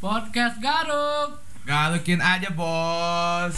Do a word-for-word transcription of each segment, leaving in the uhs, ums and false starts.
Podcast Garuk. Galukin aja bos.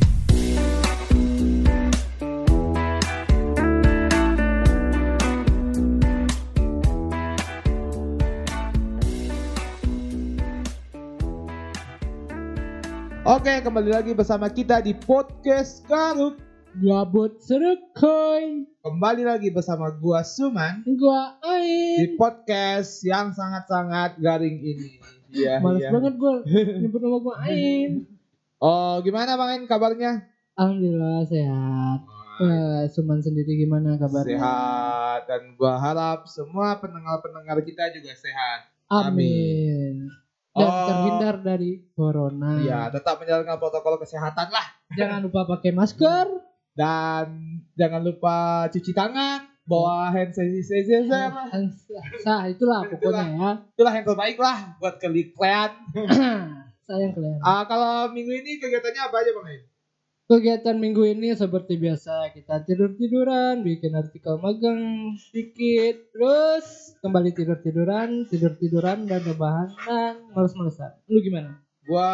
Oke, kembali lagi bersama kita di Podcast Garuk. Gabut serekoy. Kembali lagi bersama gua Suman Gua di Ain. podcast yang sangat-sangat garing ini. Iya, Males iya. banget gua nyebut nama gua Ain. Oh, gimana Bang Ain kabarnya? Alhamdulillah sehat. Eh, Suman sendiri gimana kabarnya? Sehat, dan gua harap semua pendengar-pendengar kita juga sehat. Amin. Dan Oh. terhindar dari corona. Iya, tetap menjalankan protokol kesehatan lah. Jangan lupa pakai masker. Dan jangan lupa cuci tangan, bawa hand sanitizer. Sah itulah pokoknya ya. Itulah yang terbaik lah buat kalian. Sayang kalian. Ah, kalau minggu ini kegiatannya apa aja Bang Ain? Kegiatan minggu ini seperti biasa kita tidur-tiduran, bikin artikel magang sedikit, terus kembali tidur-tiduran, tidur-tiduran dan rebahan dan males-malesan. Lu gimana? Gua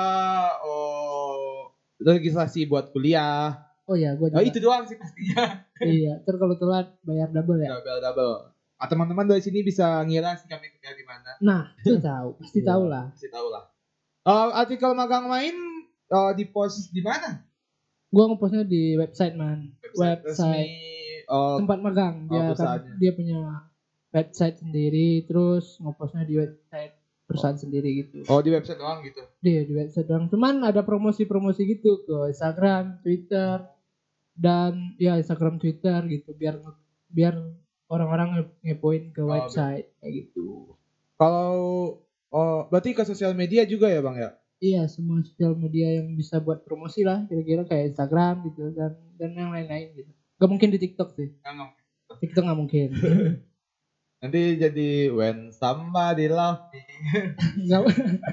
oh registrasi buat kuliah. Oh ya, gue Oh juga. itu doang sih pastinya. Iya, terus kalau telat bayar double ya. Double double. Ah, teman-teman dari sini bisa ngira sih kami kuliah di mana. Nah, itu tahu, pasti tahu lah. Pasti tahu lah. Oh, artikel magang main oh, di post di mana? Gue ngepostnya di website man, website, resmi. Oh, tempat magang. Oh, Dia kan perusahaannya. dia punya website sendiri, terus ngepostnya di website perusahaan sendiri gitu. oh di website doang gitu. Dia di website doang. Cuman ada promosi-promosi gitu ke Instagram, Twitter, dan ya Instagram, Twitter gitu biar biar orang-orang nge- ngepoin ke Oh, website kayak gitu. Kalau oh berarti ke sosial media juga ya Bang ya? Iya, semua sosial media yang bisa buat promosi lah kira-kira kayak Instagram gitu dan dan yang lain-lain gitu. Gak mungkin di TikTok sih. Enggak. TikTok gak mungkin. Nanti jadi when somebody love me. Gak,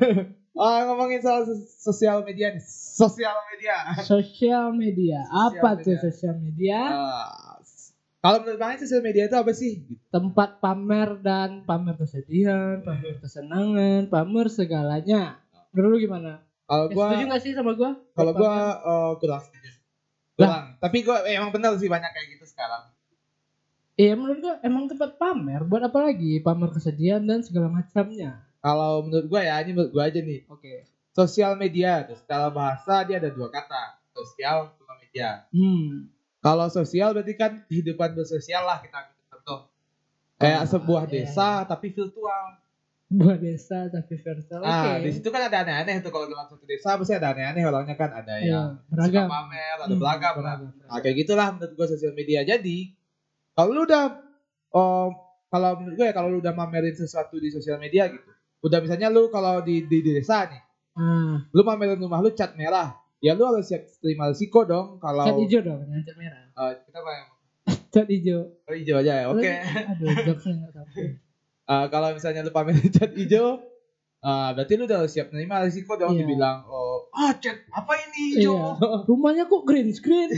Oh, ngomongin soal sos- sosial media nih. Sosial media. sosial media. Apa Sosial tuh media. sosial media? Ah, s- kalau menurut Bang Ain, sosial media itu apa sih? Tempat pamer dan pamer kesedihan, pamer kesenangan, pamer segalanya. Menurut lu gimana? Kalau Eh, gua setuju gak sih sama gua? kalau Pamer? gua eh, kurang setuju. Kurang. Tapi gua emang benar sih banyak kayak gitu sekarang. Iya menurut gua emang tempat pamer. Buat apa lagi? Pamer kesedihan dan segala macamnya. Kalau menurut gua ya, ini menurut gua aja nih. Oke. Sosial media tuh secara bahasa dia ada dua kata, sosial sama media. Hmm. Kalau sosial berarti kan kehidupan bersosial lah kita ambil contoh. Kayak Oh, sebuah iya, desa tapi virtual. Buat desa tapi virtual. Oke. Ah, di situ kan ada aneh-aneh tuh kalau dalam satu desa pasti ada aneh-aneh orangnya kan ada Iya, yang beragam. suka pamer, ada Hmm, beragam lah. beragam, Nah, beragam. kayak gitulah menurut gua sosial media. Jadi, kalau lu udah oh, kalau menurut gue ya kalau lu udah mamerin sesuatu di sosial media gitu. Udah misalnya lu kalau di, di di desa nih, Ah, lu mamerin rumah lu cat merah. Ya lu harus siap terima risiko dong kalau cat hijau dong, jangan cat merah. eh, kita apa yang Cat hijau. oh, hijau aja ya. Oke. Aduh, jokesnya nggak sampai. Eh, kalau misalnya lu pamerin cat hijau, eh, berarti lu udah siap nerima risiko dong Iya. dibilang oh, ah cat apa ini hijau? Iya. Rumahnya kok green screen?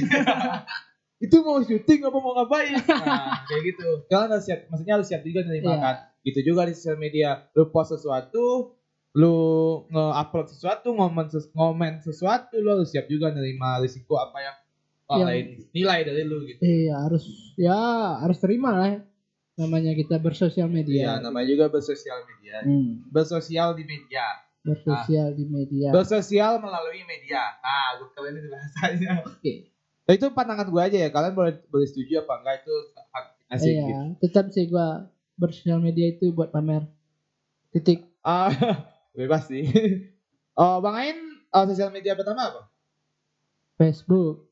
Itu mau syuting apa mau ngapain? Nah, kayak gitu. Kalian harus siap, maksudnya harus siap juga nerima Iya. kan. Gitu juga di sosial media. Lu post sesuatu, lu nge-upload sesuatu, ngomen, ses- ngomen sesuatu, lu harus siap juga nerima risiko apa yang orang Yang- lain nilai dari lu gitu. Iya, harus ya harus terima lah. ya. Namanya kita bersosial Iya, media. namanya juga bersosial media. Hmm, Bersosial di media. bersosial di media. Bersosial melalui media. Ah, gue kalian itu bahasanya. Oke. Nah, itu pandangan gue aja ya. Kalian boleh boleh setuju apa enggak itu hak asik Iya, gitu. tetap sih gua bersosial media itu buat pamer. Titik. Ah, bebas sih. Oh, Bang Ain, oh, sosial media pertama apa? Facebook.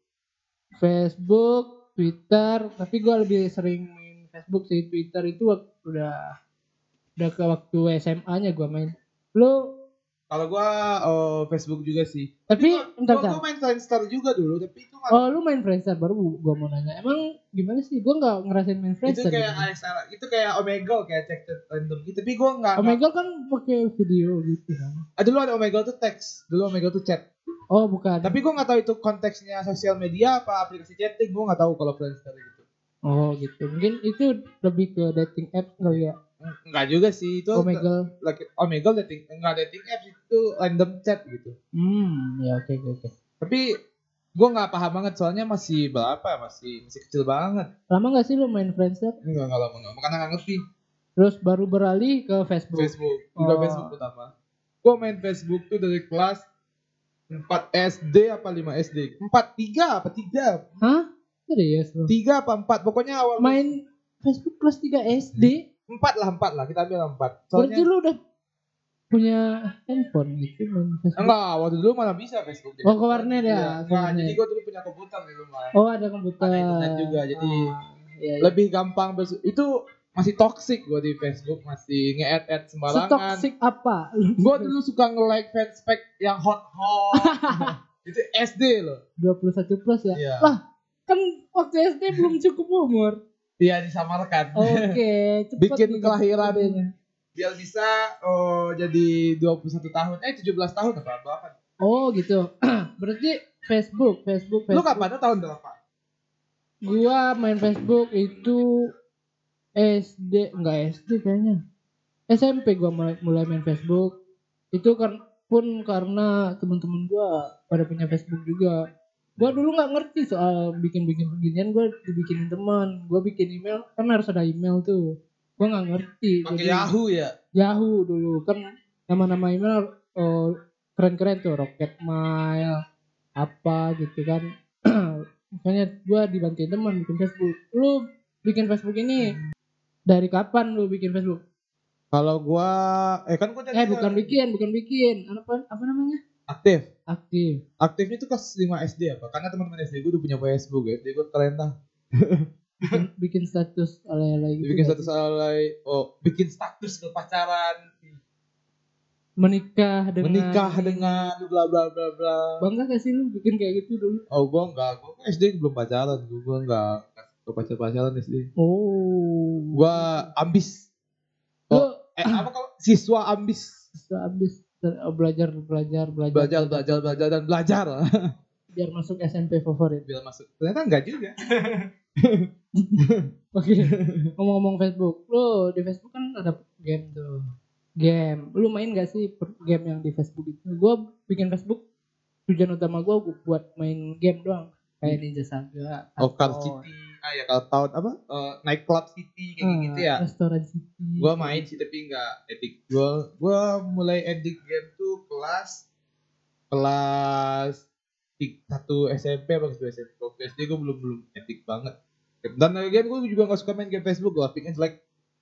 Facebook, Twitter, tapi gua lebih sering main Facebook sih. Twitter itu wak- udah udah ke waktu S M A-nya gua main. Lu Kalau gua oh, Facebook juga sih. tapi gua, entar gua, entar. gua main Friendster juga dulu, tapi itu nggak. Oh, lu main Friendster baru gua mau nanya. Emang gimana sih? Gua nggak ngerasain main itu Friendster. kayak gitu. A S L, itu kayak Omegle kayak cek random gitu. Tapi gua nggak. Omegle kan pakai video gitu kan. Ah, dulu ada Omegle tuh teks, dulu Omegle tuh chat. Oh, bukan. Tapi gua nggak tahu itu konteksnya sosial media apa aplikasi chatting. Gua nggak tahu kalau Friendster gitu. Oh, gitu. Mungkin itu lebih ke dating app kali ya. Enggak juga sih itu. Omegle. Lagi Omegle dating enggak dating apps itu random chat gitu. Hmm, ya oke oke oke. Tapi gue nggak paham banget soalnya masih berapa masih masih kecil banget. Lama gak sih lu main Friendster? Enggak enggak lama enggak. Makanya nggak ngerti. Terus baru beralih ke Facebook. Facebook. Juga Oh. Facebook pertama. Gue main Facebook tuh dari kelas empat S D apa lima S D? empat, tiga apa tiga? Hah? Serius lu? tiga apa empat? Pokoknya awal Main Facebook kelas tiga S D? empat lah empat lah kita ambil empat. Berarti Soalnya lu udah punya handphone gitu main Facebook? enggak waktu dulu mana bisa Facebook. Oh, ke warnet ya? Iya, Ke enggak, warnet. jadi gue dulu punya komputer di rumah. Oh, ada komputer. Ada internet juga, jadi Ah, iya, iya. Lebih gampang bers- itu masih toxic gue di Facebook, masih nge-add-add sembarangan. Setoksik apa? Gue dulu suka nge-like fanspage yang hot-hot. Itu S D loh. dua puluh satu plus ya? Iya. Lah, kan waktu S D belum cukup umur. Iya disamarkan. Oke, cepet Bikin nih kelahiran gedenya. biar bisa oh jadi dua puluh satu tahun. Eh tujuh belas tahun apa apa. Oh gitu. Berarti Facebook, Facebook, Lu Facebook. kapan tahun berapa? Gua main Facebook itu S D, enggak S D kayaknya. S M P gua mulai, mulai main Facebook. Itu kan pun karena teman-teman gua pada punya Facebook juga. Gua dulu nggak ngerti soal bikin-bikin beginian, gua dibikinin teman. Gua bikin email, kan harus ada email tuh. Gua nggak ngerti. Pakai Jadi- Yahoo ya. Yahoo dulu kan nama-nama email oh, keren-keren tuh Rocket Mail apa gitu kan. Makanya gue dibantuin teman bikin Facebook. Lu bikin Facebook ini dari kapan lu bikin Facebook? Kalau gua eh kan gua Eh bukan bikin, bukan bikin. Apa apa namanya? aktif. Aktif. Aktifnya tuh kelas lima S D apa? Karena teman-teman S D gue udah punya Facebook ya. S D gue keren dah. Bikin, bikin status alay-alay gitu. Bikin nggak status sih? alay, oh bikin status ke pacaran, Menikah dengan menikah dengan bla bla bla bla. Bangga gak sih lu bikin kayak gitu dulu? Oh gua enggak, gua S D belum pacaran, gua, gua enggak ke pacar pacaran S D. Oh. Gua ambis. Lu Oh, eh apa kalau siswa ambis? habis ter- belajar belajar belajar Belajar belajar belajar dan belajar biar masuk S M P favorit. biar masuk. Ternyata enggak juga. Oke. Ngomong-ngomong Facebook, lu di Facebook kan ada game tuh. Game. Lu main gak sih per- game yang di Facebook itu? Gua bikin Facebook tujuan utama gua buat main game doang. Kayak Ninja Saga. Oh, Car Tato. City. Ah ya Car Town apa? Eh, Night Club City kayak Ah, gitu ya. Restoran City. Gua main sih tapi enggak edik. Gua gua mulai edik game tuh kelas kelas tik- satu S M P apa kelas dua S M P. Waktu S D gua belum belum edik banget. Dan lagi gua juga gak suka main game Facebook, gua pikirnya jelek.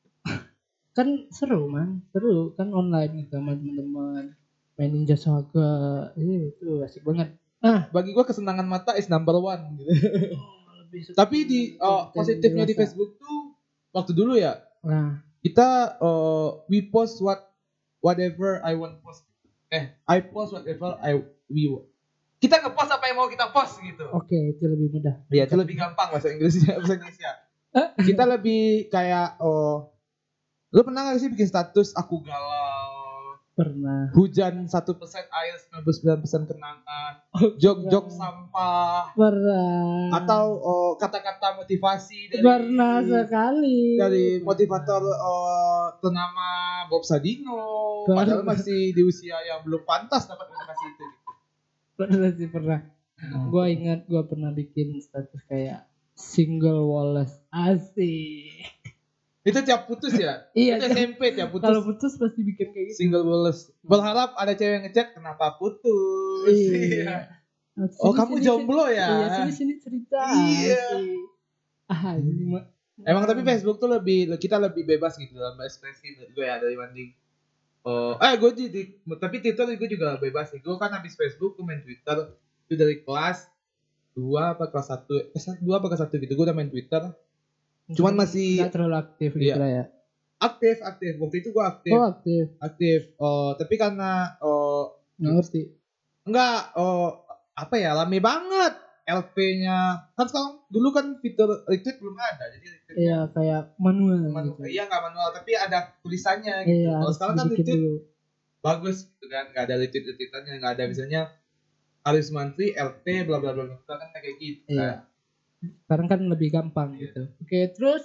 Kan seru man, seru kan online gitu sama teman-teman. Main Ninja Saga. Eh, itu asik banget. Bagi gua kesenangan mata is number one gitu. Lebih suka Tapi di oh, konten positifnya di dewasa. Facebook tuh waktu dulu ya Nah, kita uh, we post what whatever I want post. Eh, I post whatever I we want. Kita ngepost apa yang mau kita post gitu. oke itu lebih mudah. Iya, itu lebih gampang bahasa Inggrisnya, bahasa Inggrisnya. Kita lebih kayak oh lu pernah gak sih bikin status aku galau, Pernah. hujan satu persen air sembilan puluh sembilan persen kenangan, jok-jok sampah, Pernah. atau oh, kata-kata motivasi dari Pernah sekali. dari motivator oh, ternama Bob Sadino, Pernah. padahal masih di usia yang belum pantas dapat motivasi itu. Pernah sih pernah. Gua ingat gua pernah bikin status kayak single Wallace asik. Itu tiap putus ya? Iya, Itu S M P tiap putus. Kalau putus pasti bikin kayak gitu. Single Wallace. Berharap ada cewek yang ngechat kenapa putus. Iya. Oh, Sini, kamu sini, jomblo sini. ya? Iya, sini sini cerita. Iya. Asik. Ah, ini mah- Emang tapi Facebook tuh lebih kita lebih bebas gitu dalam ekspresi menurut gue ya dari banding oh eh gue jadi tapi Twitter gue juga bebas sih. Gue kan habis Facebook gue main Twitter itu dari kelas dua apa kelas satu eh kelas dua apa kelas satu gitu gue udah main Twitter. Cuman masih nggak terlalu aktif gitu Iya. lah ya. aktif aktif waktu itu gue aktif Oh aktif. aktif oh tapi karena oh Nggak ngerti. enggak oh apa ya rame banget L P-nya kan sekarang dulu kan fitur retweet belum ada jadi retweet Iya kayak manual Manu- gitu. iya nggak manual tapi ada tulisannya gitu. Iya, Kalau harus sekarang kan dibikin retweet dulu. bagus gitu kan, nggak ada retweet retweetannya, nggak ada misalnya Aris Mantri L P bla bla bla bla kan kayak gitu. Iya. Kan. Sekarang kan lebih gampang Iya. gitu. Oke, terus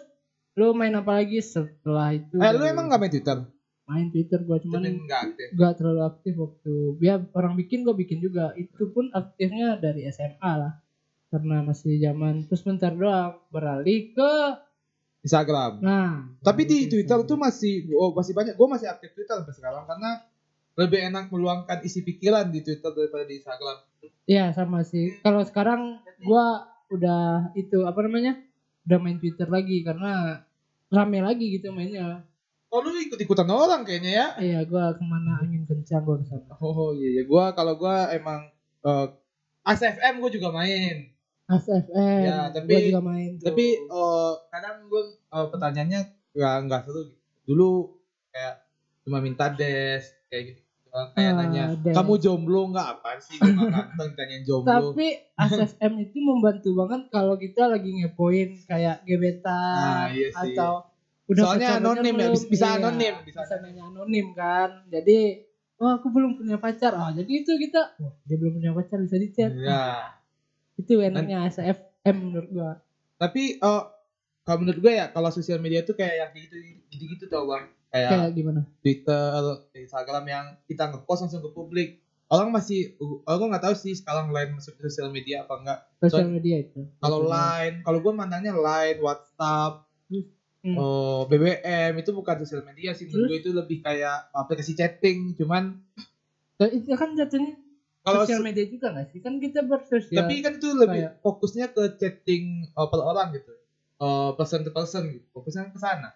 Lu main apa lagi setelah itu? Eh, lu dari- emang gak main Twitter? main Twitter gua cuman Cuman gak aktif. gak terlalu aktif waktu ya orang bikin gua bikin juga, itu pun aktifnya dari S M A lah karena masih zaman, terus bentar doang beralih ke Instagram. nah Tapi di beralih ke Twitter Instagram. tuh masih oh, masih banyak. Gue masih aktif Twitter sampai sekarang karena lebih enak meluangkan isi pikiran di Twitter daripada di Instagram. Iya sama sih. Kalau sekarang gua udah itu apa namanya? Udah main Twitter lagi karena rame lagi gitu mainnya. Oh, lu ikut-ikutan orang kayaknya ya? Iya, gua kemana angin kencang gua kesana. Oh iya, iya. Gua kalau gua emang uh, A S F M gue juga main. S F M. Ya, tapi- gua juga main. Tuh. Tapi uh, kadang gue uh, pertanyaannya nggak nggak seru. Dulu kayak cuma minta des kayak gitu. Kayak Ah, nanya, des. kamu jomblo nggak? Apaan sih? Gue nggak ganteng tanyain jomblo. Tapi S F M itu membantu banget kalau kita lagi ngepoin kayak gebetan Ah, iya sih. atau udah Soalnya pacaran anonim ya, belum? bisa- bisa Iya, anonim, bisa, bisa nanya anonim kan. Jadi, oh aku belum punya pacar. Ah, jadi itu kita, wah, dia belum punya pacar bisa di chat. Ya. Itu enaknya S F M menurut gua. Tapi uh, kalau menurut gue ya kalau sosial media tuh kayak yang gitu gitu tau bang, kayak Kayak gimana? Twitter, Instagram yang kita ngepost langsung ke publik. Orang masih, aku nggak tahu sih sekarang Line masuk ke sosial media apa enggak. Sosial So- media itu. Kalau Sosial media. Line, kalau gue mandangnya Line, WhatsApp, Hmm. oh, B B M itu bukan sosial media sih. Menurut gue itu lebih kayak aplikasi chatting. Cuman Nah, itu kan jatuhnya kalau sosial se- media juga nggak sih? Kan kita bersosial. tapi kan itu lebih kayak- fokusnya ke chatting uh, per orang gitu, uh, person to person gitu. Fokusnya ke sana.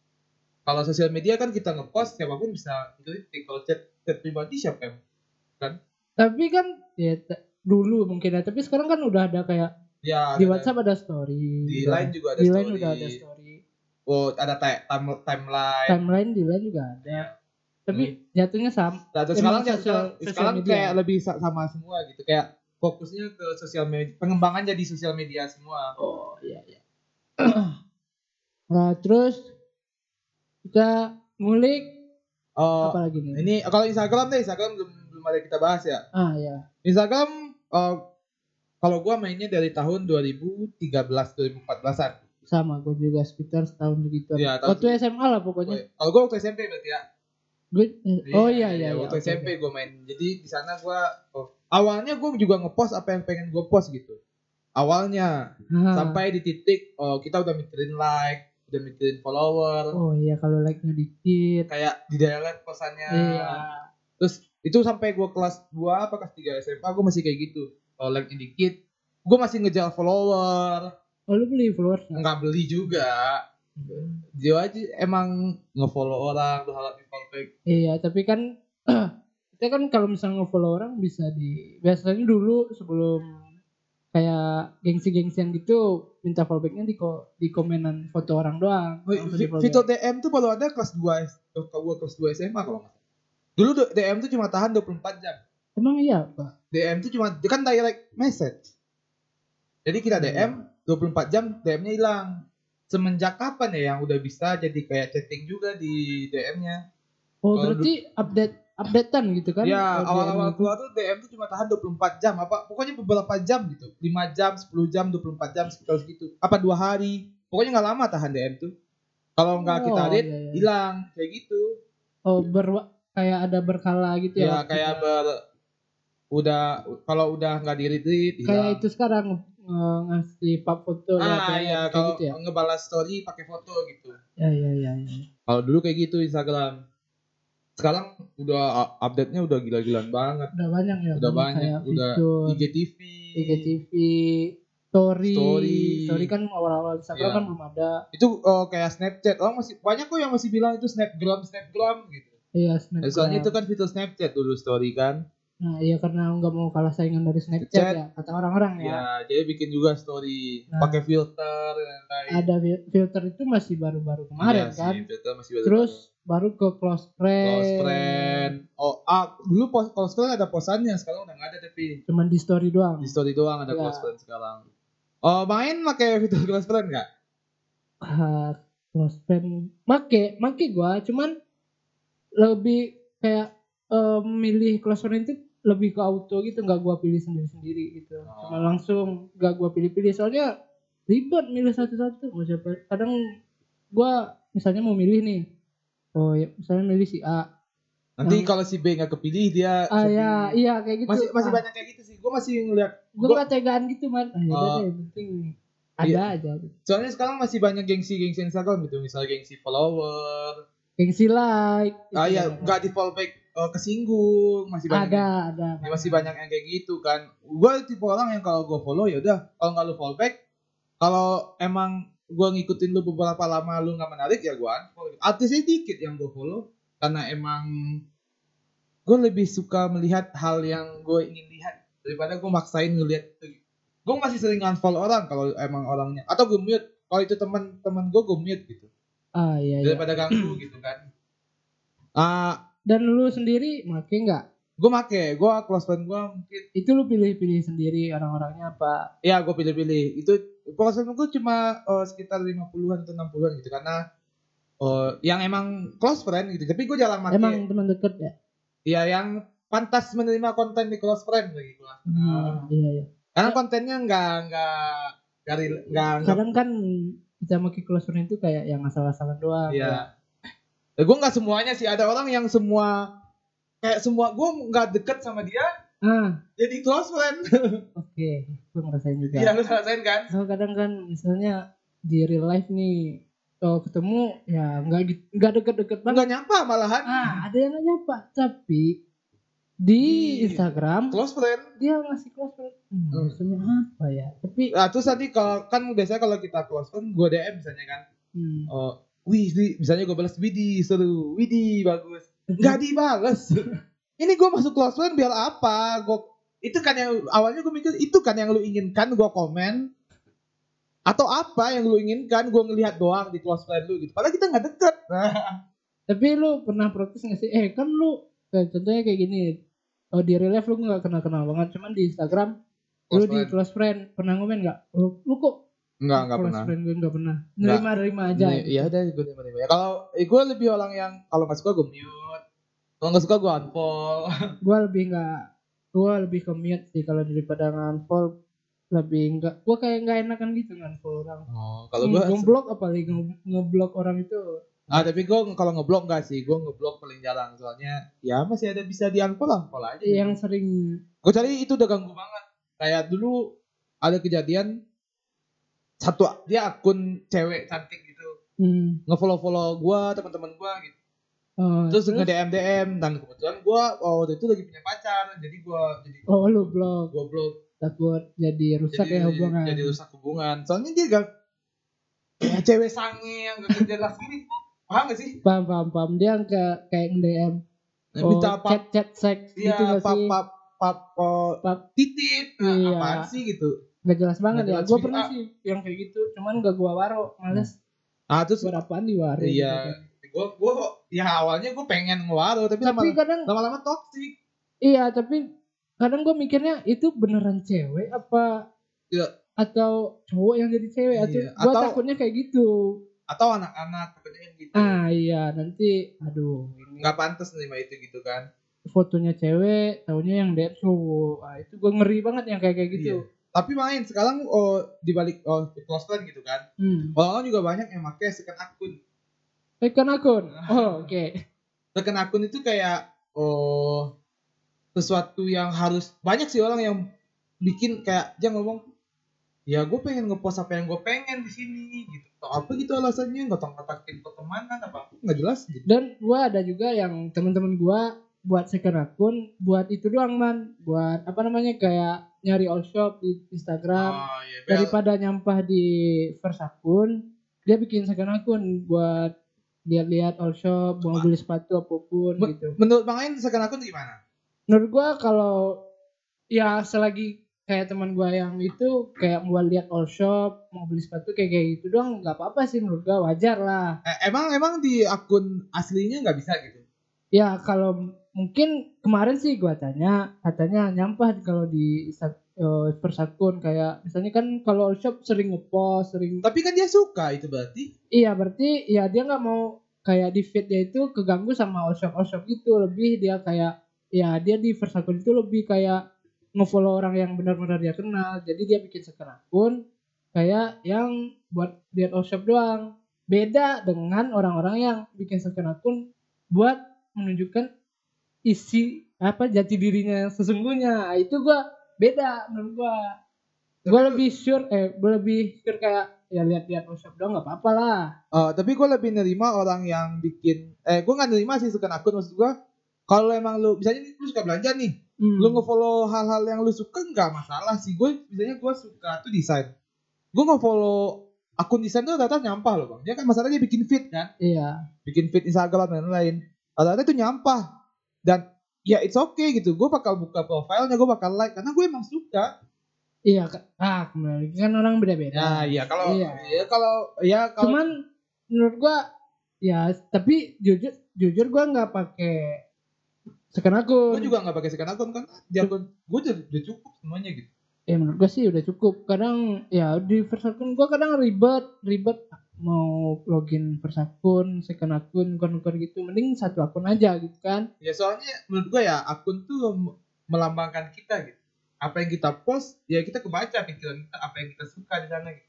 Kalau sosial media kan kita ngepost siapapun bisa kritik. Kalau chat chat pribadi siapa yang Tapi kan ya t- dulu mungkin ya. Tapi sekarang kan udah ada kayak ya di ada- WhatsApp ada story. di Udah- Line juga ada di story. Line udah ada story. Oh, ada ti- time- timeline. Timeline di Line juga ada. Tapi jatuhnya sama. Nah, terus Emang sekarang ya, sosial- sekarang, sosial sekarang media. kayak lebih sa- sama semua gitu. Kayak fokusnya ke sosial media, pengembangan jadi sosial media semua. Oh iya iya. Nah terus kita ngulik Oh, apa lagi nih? ini kalau Instagram deh, Instagram belum belum ada kita bahas ya. Ah ya. Instagram uh, kalau gua mainnya dari tahun dua ribu tiga belas dua ribu empat belasan. Sama gue juga sekitar setahun begitu. Iya, tahun- Waktu S M A lah pokoknya. Kalau gua waktu S M P berarti ya. Gue oh iya iya. iya, Waktu oke, S M P oke. gua main. Jadi di sana gua oh, awalnya gua juga ngepost apa yang pengen gua post gitu. Awalnya Ah. sampai di titik oh, kita udah mikirin like, udah mikirin follower, Oh iya kalau like-nya dikit. kayak di delete posannya. Iya. Terus itu sampai gua kelas dua apa kelas tiga S M A gua masih kayak gitu. Kalau like dikit, gua masih ngejar follower. Oh lu beli followers? Nggak beli juga. Dia aja emang ngefollow orang, berharap di follow back. Iya tapi kan kita kan kalau misalnya nge-follow orang bisa di biasanya dulu sebelum kayak gengsi-gengsian gitu minta fallbacknya di ko, di komenan foto orang doang. Langsung di fallback. Fitur D M tuh baru ada kelas dua gua kelas dua S M A kalau nggak salah. Dulu D M tuh cuma tahan dua puluh empat jam. Emang iya pak? D M tuh cuma kan direct message. Jadi kita D M dua puluh empat jam D M-nya hilang. Semenjak kapan ya yang udah bisa jadi kayak chatting juga di D M-nya? Oh Kalau berarti update updatean gitu kan? Ya, kalau awal-awal D M itu. keluar tuh D M tuh cuma tahan dua puluh empat jam apa pokoknya beberapa jam gitu. lima jam, sepuluh jam, dua puluh empat jam sekitar segitu. Apa dua hari. Pokoknya nggak lama tahan D M tuh. Kalau nggak kita Oh, read iya, iya. hilang kayak gitu. Oh ber kayak ada berkala gitu ya? Ya waktunya. kayak ber udah kalau udah nggak di read Kayak hilang. itu sekarang eh, ngasih pap foto Ah kayak, iya kayak kalau gitu ya? ngebalas story pakai foto gitu. Ya ya ya. ya. Kalau dulu kayak gitu Instagram. Sekarang udah u- update-nya udah gila-gilaan banget. Udah banyak ya. Udah banyak, kayak udah fitur, I G T V. I G T V, story, Story. story kan awal-awal Instagram Iya. kan belum ada. Itu oh, kayak Snapchat. Orang masih banyak kok yang masih bilang itu Snapgram, Snapgram gitu. Iya Snapchat. Soalnya itu kan fitur Snapchat dulu story kan. Nah iya karena nggak mau kalah saingan dari Snapchat Snapchat. ya kata orang-orang ya. Ya, jadi bikin juga story Nah. pakai filter dan lain-lain. Ada fil- filter itu masih baru-baru kemarin Iya kan. sih, filter masih baru. Terus baru ke close friend. close friend. Oh, ah, dulu pos close friend ada posannya, sekarang udah nggak ada tapi Cuman di story doang. di story doang ada Iya. close friend sekarang. Oh, main pakai fitur close friend nggak? Ah, close friend make make gua cuman lebih kayak eh, milih close friend itu lebih ke auto gitu nggak gua pilih sendiri-sendiri gitu Oh. cuma langsung nggak gua pilih-pilih soalnya ribet milih satu-satu mau siapa kadang gua misalnya mau milih nih. Oh ya, misalnya milih si A. Nanti Yang- kalau si B nggak kepilih dia Ah sedih. ya, iya kayak gitu. Masih masih ah, banyak kayak gitu sih. Gue masih ngeliat. Gue Gua, gak tegaan gitu man. Ah, yaudah Oh. deh, yang penting ada Iya. aja. soalnya sekarang masih banyak gengsi-gengsi Instagram gitu. Misalnya gengsi follower. Gengsi like. Ah gitu iya, banyak. nggak di follow back eh, kesinggung. Masih banyak. Ada, yang- ada. ya, masih banyak yang kayak gitu kan. Gue tipe orang yang kalau gue follow ya udah. Kalau nggak lu follow back, kalau emang gue ngikutin lu beberapa lama lu nggak menarik ya gue unfollow. Artisnya dikit yang gue follow karena emang gue lebih suka melihat hal yang gue ingin lihat daripada gue maksain ngelihat. Gue masih sering unfollow orang kalau emang orangnya, atau gue mute kalau itu teman-teman gue gue mute gitu Ah iya, iya. daripada ganggu gitu kan. Ah, Dan lu sendiri make nggak? gue make, gue close friend gue mungkin Itu lu pilih-pilih sendiri orang-orangnya apa? ya gue pilih-pilih. Itu close friend gue cuma eh, sekitar lima puluhan atau enam puluhan gitu karena eh, yang emang close friend gitu. Tapi gue jarang make. Emang teman deket ya? Ya yang pantas menerima konten di close friend bagi gue. Hmm, iya iya. Karena kontennya nggak nggak dari nggak nggak Kadang kan kita make close friend itu kayak yang asal-asalan doang. ya. Ya gue nggak semuanya sih, ada orang yang semua kayak semua gue nggak deket sama dia Ah, jadi close friend. oke. Gue ngerasain juga. Iya lu rasain kan? So kadang kan misalnya di real life nih kalau ketemu ya nggak gitu- nggak deket-deket banget. Nggak nyapa malahan. Ah, ada yang nggak nyapa, tapi di Di- Instagram Close friend. dia ngasih close friend. Hmm, Hmm. maksudnya apa ya? Tapi Nah terus nanti kalau kan biasanya kalau kita close friend gue D M misalnya kan, hmm, oh wih Di, misalnya gue balas Widi seru, Widi bagus, nggak dibales. Ini gue masuk close friend biar apa? Gue itu kan yang awalnya gue mikir itu kan yang lu inginkan gue komen atau apa yang lu inginkan gue ngelihat doang di close friend lu gitu. Padahal kita nggak deket. tapi lu pernah protes nggak sih? Eh kan lu kayak contohnya kayak gini. Oh di real life lu nggak kenal-kenal banget, cuman di Instagram lu Close di friend. close friend pernah ngomen nggak? Lu, lu kok Enggak enggak close pernah. friend gue nggak pernah. Nerima-nerima aja. Iya iya udah gue terima terima. Ya kalau eh, gue lebih orang yang kalau nggak suka gue mute, kalau nggak suka gue unfollow. Gue lebih nggak, gue lebih ke mute sih kalau daripada nge-unfollow. Lebih nggak, gue kayak nggak enakan gitu nge-unfollow orang. Oh kalau gue ngeblok apalagi nge- ngeblok orang itu. ah tapi gue kalau ngeblok enggak sih, gue ngeblok paling jarang soalnya ya masih ada bisa di unfollow unfollow aja. Yang sering Gue cari itu udah ganggu banget. Kayak dulu ada kejadian satu dia akun cewek cantik gitu hmm, ngefollow-follow gue teman-teman gue gitu. oh, Terus nge D M D M dan kebetulan gue oh, waktu itu lagi punya pacar jadi gue jadi oh lu blok gue blok takut jadi rusak jadi, ya hubungan. jadi rusak hubungan. Soalnya dia gak kayak cewek sange yang gak jelas gini. Paham gak sih? Paham paham paham dia kayak kayak nge-D M. Oh, Minta chat pap chat seks dia gitu nggak pap sih? pap pap oh, Pap titit. Nah, Iya. apaan sih gitu. nggak jelas banget Nggak ya. jelas Gue video. pernah Ah. sih yang kayak gitu, cuman gak gua waro, males. Ah terus Buat apaan di waro? iya gitu. gue gue ya awalnya gue pengen ngewaro tapi, Tapi lama kadang lama-lama toksik. iya, tapi kadang gue mikirnya itu beneran cewek apa Iya. atau cowok yang jadi cewek atau Iya, gue atau- takutnya kayak gitu. Atau anak-anak kepengen gitu. Ah iya, nanti aduh ini Nggak pantas nerima itu gitu kan. fotonya cewek, taunya yang D M cowok. Ah itu gue ngeri banget yang kayak kayak gitu. Iya. Tapi main sekarang oh dibalik oh di close friend gitu kan. Hmm. Orang-orang juga banyak yang pakai second akun. Second akun. Oh, oke. Second akun itu kayak oh sesuatu yang harus banyak sih orang yang bikin kayak dia ngomong ya gue pengen ngepost apa yang gue pengen di sini gitu. Atau apa gitu alasannya nggak tahu ngatakin pertemanan apa nggak jelas gitu. Dan gue ada juga yang teman-teman gue buat second akun buat itu doang man, buat apa namanya kayak nyari all shop di Instagram. Oh, iya, biar- Daripada nyampah di first akun, dia bikin second akun buat lihat-lihat all shop, mau beli sepatu apapun Men- gitu. menurut Bang Ain second akun gimana? Menurut gua kalau ya selagi kayak teman gua yang itu kayak mau lihat all shop, mau beli sepatu kayak kayak gitu doang nggak apa-apa sih menurut gua, wajar lah. Eh, emang emang di akun aslinya nggak bisa gitu? Ya kalau mungkin kemarin sih gua tanya, katanya nyampah kalau di Insta- eh, first akun kayak misalnya kan kalau all shop sering ngepost, sering Tapi kan dia suka itu berarti. iya berarti ya dia nggak mau kayak di feed dia itu keganggu sama all shop all shop gitu, lebih dia kayak ya dia di first akun itu lebih kayak ngefollow orang yang benar-benar dia kenal, jadi dia bikin second akun kayak yang buat lihat all shop doang. beda dengan orang-orang yang bikin second akun buat menunjukkan isi apa jati dirinya yang sesungguhnya. Itu gua beda menurut gua. Gua lebih sure eh gua lebih sure kayak ya lihat-lihat workshop doang enggak apa-apa lah. Uh, tapi gue lebih nerima orang yang bikin eh gue nggak nerima sih second akun. Maksud gue kalau emang lu misalnya lu suka belanja nih, hmm. lu nge-follow hal-hal yang lu suka nggak masalah sih. Gue misalnya gue suka tuh desain, gue nge-follow akun desain tuh rata-rata nyampah loh bang. Dia kan masalahnya bikin feed kan, iya, bikin feed Instagram dan lain-lain. Rata-rata itu nyampah dan ya it's okay gitu. Gue bakal buka profilnya, gue bakal like karena gue emang suka. Iya, ah kembali kan orang beda-beda. Nah, iya kalau iya. ya kalau ya kalau cuman menurut gua ya tapi jujur jujur gua nggak pakai second akun. Gua juga nggak pakai second akun kan. Di akun gua udah, udah cukup semuanya gitu. Ya menurut gua sih udah cukup. Kadang ya di first akun gua kadang ribet, ribet mau login first akun, second akun, akun-akun gitu. Mending satu akun aja gitu kan. Ya soalnya menurut gua ya akun tuh melambangkan kita gitu. Apa yang kita post ya kita kebaca pikiran kita, apa yang kita suka di sana gitu.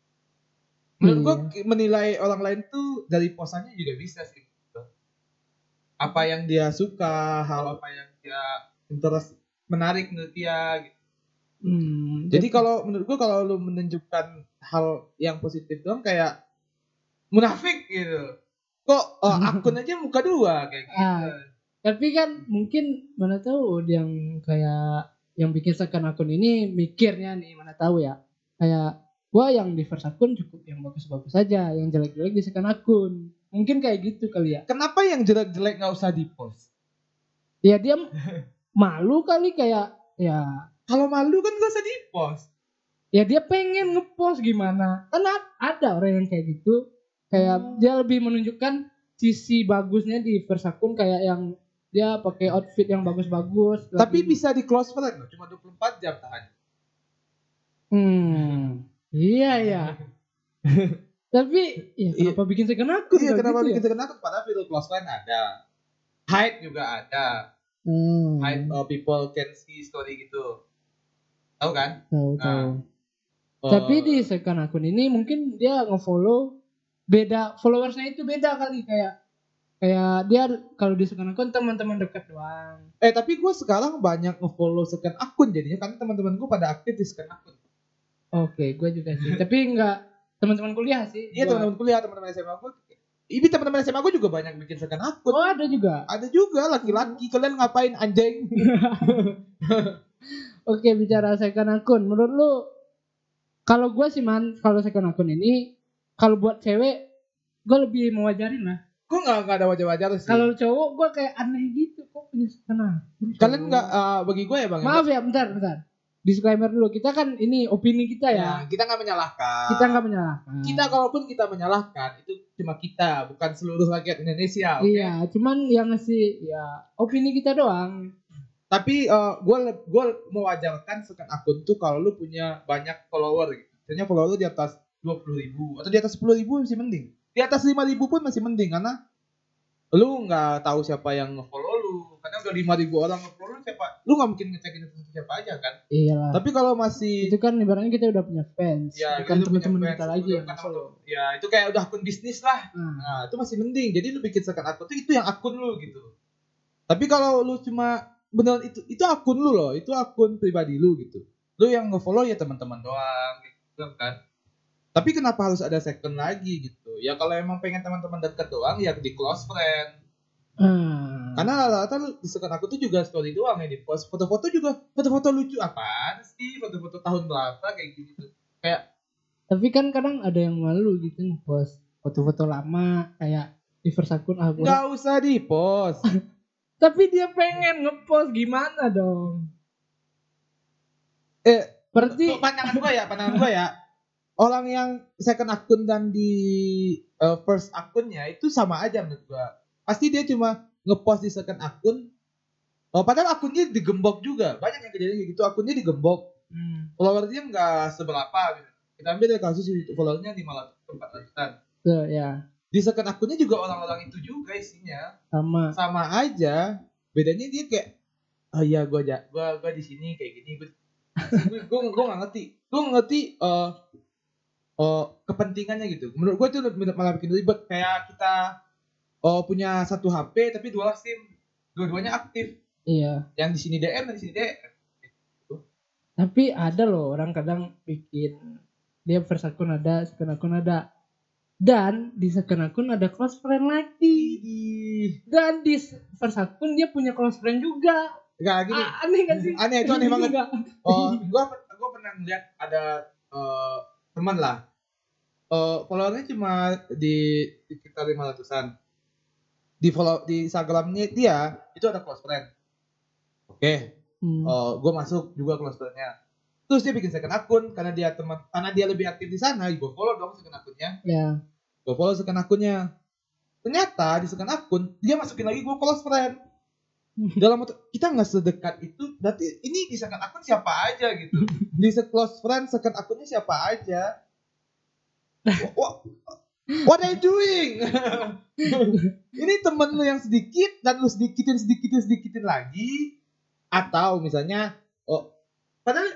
Menurut hmm. gue menilai orang lain tuh dari posannya juga bisa sih gitu. Apa yang dia suka, hal apa yang dia interest menarik menurut dia gitu. Hmm, jadi kalau menurut gue kalau lu menunjukkan hal yang positif doang kayak munafik gitu. Kok oh, akun aja muka dua kayak gitu. Ah, tapi kan mungkin mana tahu yang kayak yang bikin second akun ini mikirnya nih mana tahu ya kayak gua yang di first akun cukup yang bagus-bagus saja, yang jelek-jelek di second akun mungkin kayak gitu kali ya. Kenapa yang jelek-jelek nggak usah di post? Ya dia malu kali kayak ya kalau malu kan nggak usah di post. Ya dia pengen ngepost gimana kan ada orang yang kayak gitu kayak hmm. dia lebih menunjukkan sisi bagusnya di first akun kayak yang dia pakai outfit yang bagus-bagus. Tapi lagi. Bisa di close friend loh, cuma dua puluh empat jam tahan. Hmm, iya ya. Tapi ya kenapa iya. bikin second akun? Iya kenapa gitu bikin ya? second akun? Padahal fitur close friend ada, hide juga ada, hmm. hide uh, people can see story gitu. Tahu kan? Tahu nah, tahu. Uh, Tapi di second akun ini mungkin dia nge-follow beda, followersnya itu beda kali kayak. Kayak dia kalau di second akun teman-teman dekat doang. Eh tapi gue sekarang banyak nge-follow second akun jadinya karena teman-teman gue pada aktif di second akun. Oke, okay, gue juga sih. Tapi enggak teman-teman kuliah sih. Iya teman-teman kuliah, teman-teman S M A gue. Ini teman-teman S M A gue juga banyak bikin second akun. Oh ada juga. Ada juga laki-laki. Kalian ngapain anjing? Oke okay, bicara second akun, menurut lu kalau gue sih man kalau second akun ini kalau buat cewek gue lebih mewajarin lah. Gue gak, gak ada wajar-wajar sih. Kalau cowok gue kayak aneh gitu. Kok punya second akun? Kalian gak, uh, bagi gue ya bang. Maaf ya bentar, bentar. Disclaimer dulu. Kita kan ini opini kita ya. ya kita gak menyalahkan. Kita gak menyalahkan. Kita kalaupun kita menyalahkan. Itu cuma kita. Bukan seluruh rakyat Indonesia. Okay? Iya. Cuman yang ngasih ya opini kita doang. Tapi uh, gue gue mewajarkan second akun tuh kalau lu punya banyak follower gitu. Misalnya follower lu di atas dua puluh ribu. Atau di atas sepuluh ribu masih mending. Di atas lima ribu pun masih mending karena lu nggak tahu siapa yang nge-follow lu. Karena udah lima ribu orang nge-follow lu siapa? Lu nggak mungkin ngecekin itu siapa aja kan? Iya. Tapi kalau masih itu kan ibaratnya kita udah punya fans, ya, bukan teman-teman kita lagi yang follow. Ya itu kayak udah akun bisnis lah. Hmm. Nah itu masih mending. Jadi lu bikin second akun tuh itu yang akun lu gitu. Tapi kalau lu cuma beneran itu itu akun lu loh, itu akun pribadi lu gitu. Lu yang nge-follow ya teman-teman doang gitu kan. Tapi kenapa harus ada second lagi gitu? Ya kalau emang pengen teman-teman dekat doang ya di close friend. Hmm. Karena rata-rata lu di second akun tuh juga story doang ya di post. Foto-foto juga foto-foto lucu apaan sih? Foto-foto tahun berapa kayak gitu. Kayak tapi kan kadang ada yang malu gitu nge-post foto-foto lama kayak di first akun ah. Enggak usah di post. Tapi dia pengen nge-post gimana dong? Eh, berarti pandangan gua ya, pandangan gua ya. Orang yang second akun dan di uh, first akunnya itu sama aja menurut gua. Pasti dia cuma ngepost di second akun. Oh, padahal akunnya digembok juga. Banyak yang kejadian kayak gitu, akunnya digembok. Hmm. Followersnya nggak seberapa. Gitu. Kita ambil dari kasus itu followersnya lima ratus empat ratusan. So, ya. Di second akunnya juga orang-orang itu juga isinya. Sama. Sama aja. Bedanya dia kayak, oh iya gua aja, gua gua di sini kayak gini. Gue gue gue nggak ngerti. Gue nggak ngerti. Uh, oh kepentingannya gitu. Menurut gue itu lebih- malah bikin ribet. Kayak kita oh punya satu H P tapi dua SIM, dua-duanya aktif. Iya. Yang di sini D M dan di sini D M. Tapi ada loh orang kadang bikin dia first akun ada, second akun ada. Dan di second akun ada close friend lagi. Idih. Dan di first akun dia punya close friend juga. Enggak gini. Ah, aneh gak sih? Aneh itu aneh banget. Enggak. Oh, gua gua pernah ngeliat ada eh, teman lah. Eh followernya cuma di sekitar lima ratusan. Di follow di Instagramnya dia itu ada close friend. Oke. Hmm. Oh, gue masuk juga close friend-nya. Terus dia bikin second akun karena dia teman karena dia lebih aktif di sana, gue follow dong second akunnya. Ya. Gue follow second akunnya. Ternyata di second akun dia masukin lagi gue close friend. Dalam waktu kita nggak sedekat itu, berarti ini di second akun siapa aja gitu. Di close friend second akunnya siapa aja. What, what are you doing? Ini temen lu yang sedikit dan lu sedikitin sedikitin sedikitin lagi. Atau misalnya oh padahal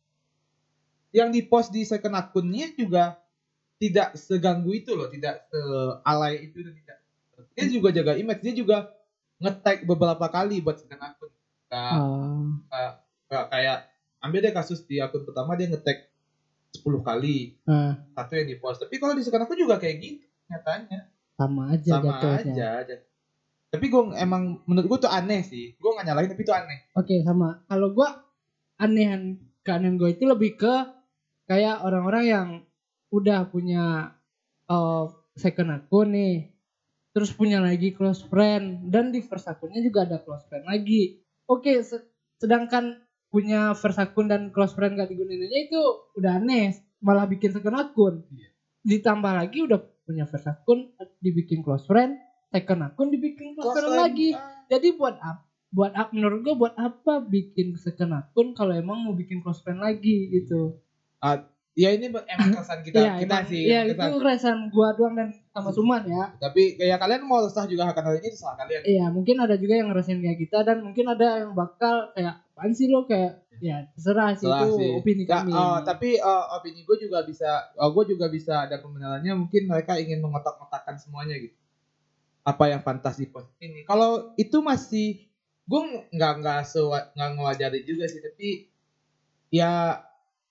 yang dipost di second akunnya juga tidak seganggu itu loh, tidak sealay itu dan tidak. Dia juga jaga image, dia juga nge-tag beberapa kali buat second akun. Kayak, Oh. kayak, kayak, kayak ambil deh kasus di akun pertama dia nge-tag sepuluh kali. Nah, Satu yang dipost. Tapi kalau di second akun juga kayak gitu nyatanya. sama aja Sama jatuhnya. aja, aja. Tapi gue emang menurut gue tuh aneh sih. Gue gak nyalahin tapi itu aneh. Oke, sama. Kalau gue anehan keanehan gue itu lebih ke kayak orang-orang yang udah punya uh, second akun nih, terus punya lagi close friend dan di first akunnya juga ada close friend lagi. Oke, se- sedangkan punya first akun dan close friend gak digunain aja itu udah aneh, malah bikin second akun. Iya. Ditambah lagi udah punya first akun dibikin close friend, second akun dibikin close, friend lagi. Jadi buat apa? Buat apa? Menurut gue buat apa bikin second akun kalau emang mau bikin close friend lagi gitu? Uh, ya ini emang keresahan kita Iya, kita emang- sih. Iya, keresahan. itu keresahan gua doang dan sama Suman ya. Tapi kayak kalian mau resah juga akan hal ini terserah kalian. Iya, mungkin ada juga yang ngerasain kayak kita dan mungkin ada yang bakal kayak apaan sih lo kayak ya terserah sih Terserah itu sih. opini Nggak, kami. oh, tapi uh, opini gue juga bisa, uh, gue juga bisa ada pembenarannya. Mungkin mereka ingin mengotak-ngotakkan semuanya gitu. Apa yang pantas di post ini? Kalau itu masih, gue nggak nggak sewa nggak ngewajari juga sih. Tapi ya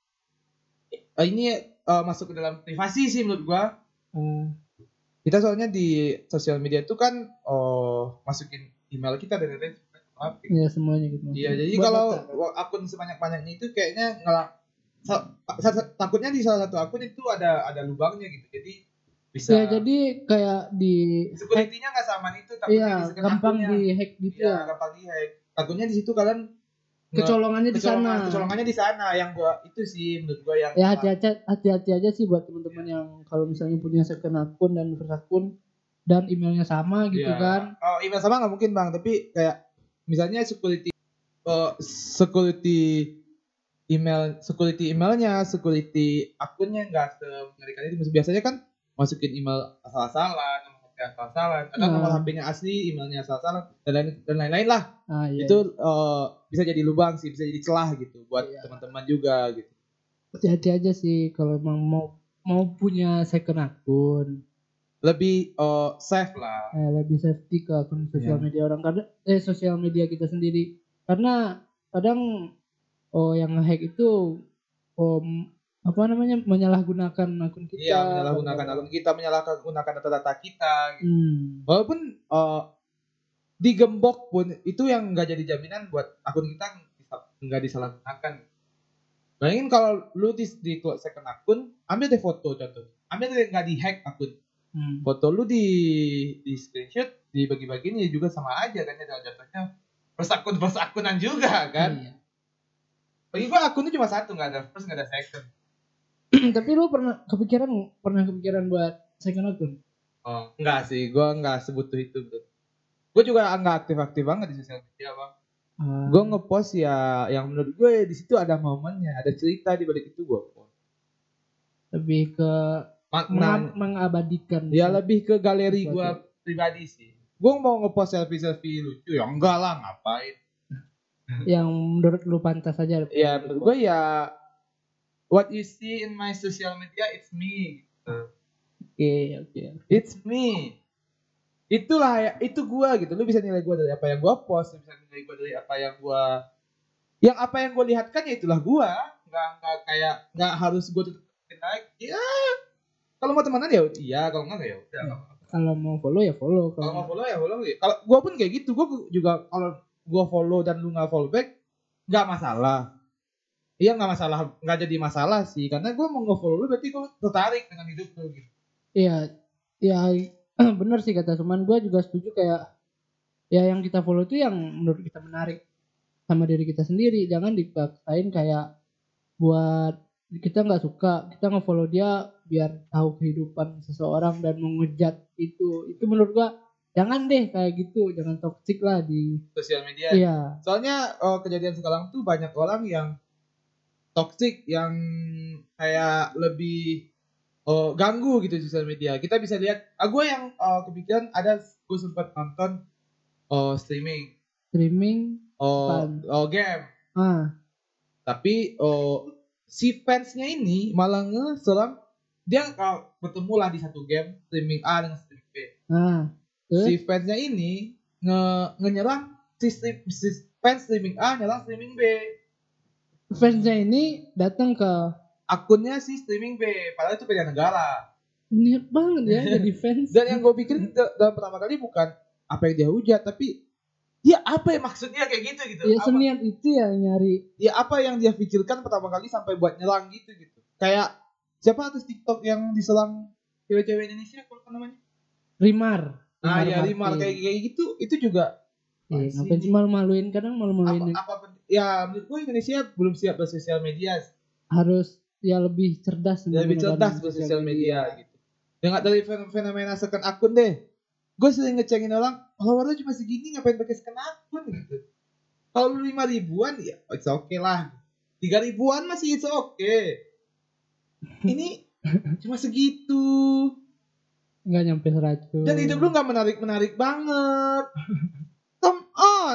uh, ini uh, masuk ke dalam privasi sih menurut gue. Hmm. Kita soalnya di sosial media itu kan oh masukin email kita dan lain-lain. Iya semuanya gitu. Iya, jadi Buat kalau data. akun sebanyak-banyaknya itu kayaknya ngelak sa- sa- takutnya di salah satu akun itu ada ada lubangnya gitu. Jadi bisa Ya jadi kayak di security-nya nggak sama itu, takutnya iya di second gampang akunnya. di hack gitu Iya, ya. gampang di hack. Takutnya di situ kalian nge- Kecolongannya di sana. kecolongan- kecolongannya di sana yang gua itu sih menurut gua yang Ya hati-hati hati-hati aja sih buat teman-teman yang kalau misalnya punya second akun dan first akun dan emailnya sama gitu Iya. kan. Oh, email sama nggak mungkin bang, tapi kayak misalnya security, uh, security email, security emailnya, security akunnya nggak semengerikan itu. Biasanya kan masukin email asal-asalan, nomor H P asal-asalan, atau Hmm. nomor H P-nya asli, emailnya asal-asalan, dan lain dan lain-lain lah. Ah, iya. Itu uh, bisa jadi lubang sih, bisa jadi celah gitu buat Iya. teman-teman juga gitu. Hati-hati aja sih kalau emang mau mau punya second akun. Lebih uh, safe lah. Eh, lebih safety ke akun sosial Iya. media orang kadang eh sosial media kita sendiri karena kadang oh yang hack itu om apa namanya menyalahgunakan akun kita. Iya, menyalahgunakan akun kita, menyalahgunakan data-data kita. Gitu. Hmm. Walaupun uh, digembok pun itu yang nggak jadi jaminan buat akun kita nggak disalahgunakan. Bayangin kalau lu di, di second akun, ambil deh foto contoh, ambil deh nggak di hack akun, Hmm. foto lu di di screenshot, dibagi-bagiin ya juga sama aja kan ya jatuhnya first akun first akunan juga kan. Iya. Bagi gua akunnya cuma satu, nggak ada first nggak ada second. Tapi lu pernah kepikiran pernah kepikiran buat second akun? Oh nggak sih, gua nggak sebutuh itu bro. Gua juga nggak aktif-aktif banget di sosial media bang. Ah, Gue ngepost ya yang menurut gue di situ ada momennya, ada cerita di balik itu gue post. lebih ke Makna mengab- mengabadikan. ya lebih ke galeri Sesuatu. gue pribadi sih. Gue mau ngepost selfie-selfie lucu ya enggak lah, ngapain. Yang menurut lu pantas aja. Ya menurut gue ya what you see in my social media it's me. Oke, oke. It's me. Itulah ya, itu gua gitu. Lu bisa nilai gua dari apa yang gua post, lu bisa nilai gua dari apa yang gua yang apa yang gua lihatkan ya itulah gua. Enggak enggak kayak enggak harus gua tutupin lagi. Ya. Kalau mau temenan ya iya, kalau enggak ya udah. Ya. Kalau mau follow ya follow. Kalau mau follow ya follow. Kalau gua pun kayak gitu, gua juga kalau gua follow dan lu enggak follow back enggak masalah. Iya enggak masalah, enggak jadi masalah sih karena gua mau nge-follow lu berarti gua tertarik dengan hidup lu gitu. Iya, ya bener sih kata Suman. Gue juga setuju kayak ya yang kita follow itu yang menurut kita menarik sama diri kita sendiri. Jangan dipaksain kayak buat kita nggak suka kita nge-follow dia biar tahu kehidupan seseorang dan mengejat itu. Itu menurut gue jangan deh kayak gitu. Jangan toksik lah di sosial media. Iya. Soalnya oh, kejadian sekarang tuh banyak orang yang toksik yang kayak lebih oh, ganggu gitu di sosial media. Kita bisa lihat, ah gue yang uh, kepikiran ada gue sempat nonton oh, streaming, Streaming. oh, oh game. Ah. Tapi oh, si fansnya ini malah nge-serang dia kalau bertemu lah di satu game streaming A dengan streaming B. Ah. Terus? Si fansnya ini nge ngenyerang si, stream, si fans streaming A nyerang streaming B. Fansnya ini datang ke akunnya si streaming B, padahal itu beda negara. niat banget ya jadi fans. Dan yang gue pikirin dalam pertama kali bukan apa yang dia hujat, tapi dia apa ya maksudnya kayak gitu gitu. Ya seniat itu ya nyari. Ya apa yang dia pikirkan pertama kali sampai buat nyerang gitu gitu. Kayak siapa artis TikTok yang diserang cewek-cewek Indonesia apa namanya? Rimar. Nah ya Rimar kayak kayak gitu itu juga. Iya, ngapain sih malu-maluin kadang malu-maluin. Apa, apa, ya menurut gue Indonesia belum siap bersosial media. Harus ya lebih cerdas, ya, lebih cerdas bersosial media, media gitu. Dengan dari fenomena second akun deh, gue sering ngecengin orang, followernya cuma segini ngapain pakai second akun gitu. Kalau lu lima ribuan ya it's okay lah, tiga ribuan masih it's okay. Ini cuma segitu, nggak nyampe seratus. dan hidup lu nggak menarik menarik banget. Come on.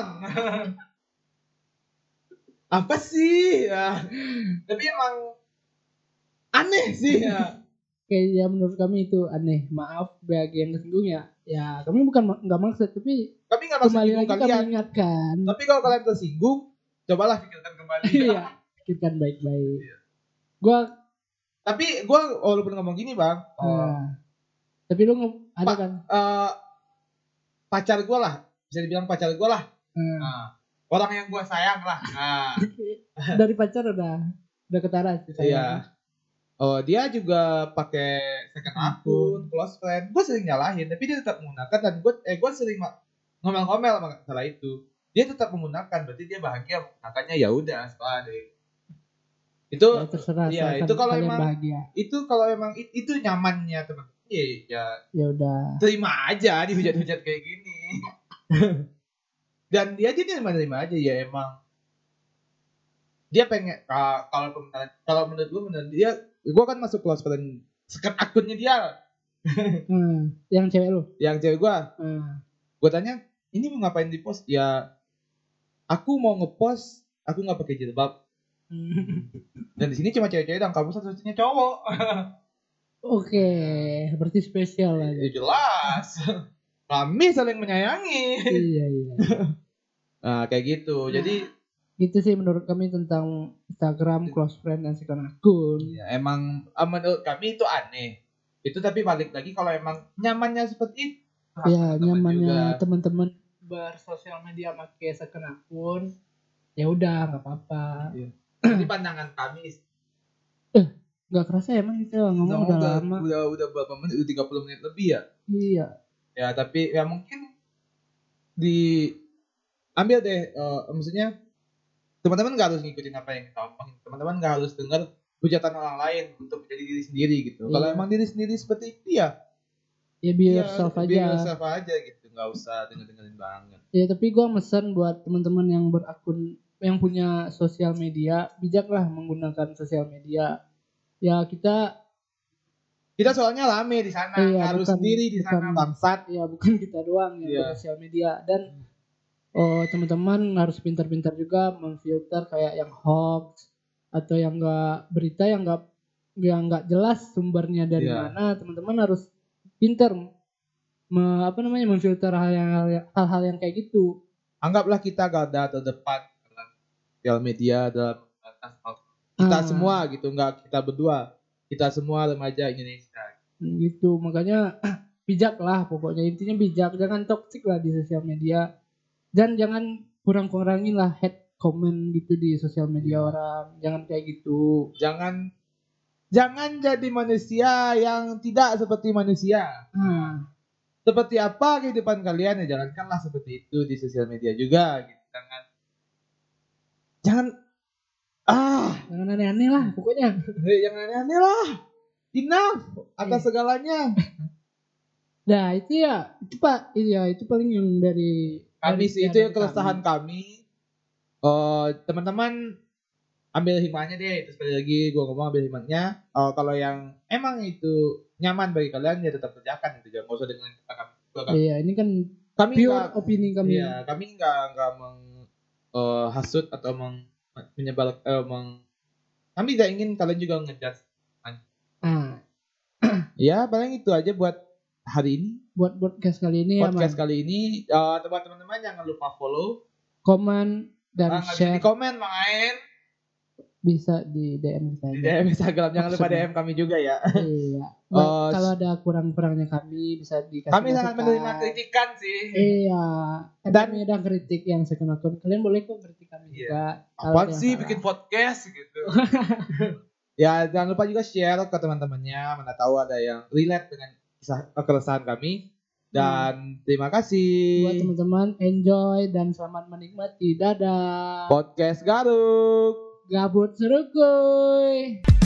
Apa sih ya? Tapi emang aneh sih ya. Kayak ya menurut kami itu aneh. Maaf bagi yang kesinggung ya. Ya kami bukan nggak maksud tapi. Tapi nggak maksud kembali lagi kalian. Kami ingatkan. Tapi kalau kalian tersinggung, cobalah pikirkan kembali. Iya, pikirkan baik-baik. Iya. Gua. Tapi gue walaupun ngomong gini bang. Oh, nah, tapi lu nge- ada pa- kan? Uh, pacar gue lah, bisa dibilang pacar gue lah. Hmm. Nah, orang yang gue sayang lah. Nah. Dari pacar udah udah ketara sih. Iya. Oh dia juga pakai second akun, close friend. Gue sering nyalahin, tapi dia tetap menggunakan dan gue eh gue sering ngomel-ngomel sama masalah itu. Dia tetap menggunakan, berarti dia bahagia menggunakannya ya udah setelah deh. Itu ya, terserah. Ya itu kalau emang bahagia. Itu kalau emang itu, itu nyamannya teman. Iya ya. Ya udah. Terima aja dihujat-hujat kayak gini. Dan dia dia terima-terima aja ya emang. Dia pengen kalau kalau menurut gue menurut dia gue kan masuk close friend second akunnya dia. hmm, yang cewek lu? Yang cewek gue. Hmm. Gue tanya, ini mau ngapain di post? Ya, aku mau ngepost, aku nggak pakai jilbab. Hmm. Dan di sini cuma cewek-cewek dan kamu satu-satunya cowok. Oke, okay, berarti spesial lah. Ya jelas. Kami saling menyayangi. Iya iya. Nah kayak gitu. Jadi gitu sih menurut kami tentang Instagram, close friend dan second akun. Ya, emang menurut kami itu aneh. Itu tapi balik lagi kalau emang nyamannya seperti itu. Ya nyamannya teman-teman bersosial media pakai second akun. Ya udah nggak apa-apa. Iya. Jadi pandangan kami. Eh nggak kerasa emang itu ngomong udah, udah lama. Udah udah berapa menit? Udah tiga puluh menit lebih ya. Iya. Ya tapi ya mungkin di ambil deh uh, maksudnya teman-teman nggak harus ngikutin apa yang kita omongin, teman-teman nggak harus dengar hujatan orang lain untuk menjadi diri sendiri gitu. Iya. Kalau emang diri sendiri seperti itu ya ya be yourself ya, aja. Be yourself aja gitu, nggak usah denger-dengerin banget. Ya tapi gue mesen buat teman-teman yang berakun yang punya sosial media, bijaklah menggunakan sosial media. Ya kita kita soalnya rame di sana, iya, harus bukan, sendiri di sana bangsat. Ya bukan kita doang yang yeah. sosial media dan oh teman-teman harus pintar-pintar juga memfilter kayak yang hoax atau yang enggak berita yang enggak yang enggak jelas sumbernya dari Iya. mana, teman-teman harus pinter me, apa namanya memfilter hal yang hal-hal yang kayak gitu. Anggaplah kita garda terdepan dalam sosial media dalam atas kita Ah. semua gitu, enggak kita berdua, kita semua remaja Indonesia. Gitu, makanya bijak lah pokoknya, intinya bijak, jangan toksik lah di sosial media, dan jangan kurang-kurangin lah hate comment gitu di sosial media orang, jangan kayak gitu. Jangan jangan jadi manusia yang tidak seperti manusia. Nah, Seperti apa kehidupan kalian ya jalankanlah seperti itu di sosial media juga gitu. Jangan jangan ah jangan aneh-aneh lah pokoknya. hei, jangan aneh-aneh lah. Enough atas segalanya. Nah itu ya, itu pak, iya itu paling yang dari Kami dari- sih ya, itu yang dari keresahan kami. Eh teman-teman ambil hikmahnya deh. Terus sekali lagi gue ngomong ambil hikmahnya. Eh, kalau yang emang itu nyaman bagi kalian ya tetap kerjakan gitu. Jangan usah dengan kata kami. kami. Iya ini kan Kami pure nggak opini kami. Iya, kami nggak nggak menghasut atau meng, menyebar eh, meng, kami tidak ingin kalian juga ngejudge. Ah, Ya paling itu aja buat hari ini. buat podcast kali ini Podcast ya, kali ini. Eh, teman teman-teman jangan lupa follow. komen dan Ah, nggak bisa share di komen main bisa di D M kita di D aja. M Instagram. Jangan lupa D M kami juga ya. Iya. Oh, Buat- kalau ada kurang-kurangnya kami bisa dikasih Kami sangat masukan. menerima kritikan sih. Iya. Dan Dan- kami ada kritik yang second account. Kalian boleh kok kritik kami Iya. juga. Kalau Apaan ada yang sih salah. bikin podcast gitu. Ya jangan lupa juga share ke teman-temannya. Mana tahu ada yang relate dengan kisah keresahan kami. Dan terima kasih. Buat teman-teman enjoy dan selamat menikmati. Dadah. Podcast Garuk. Gabut seru kuy.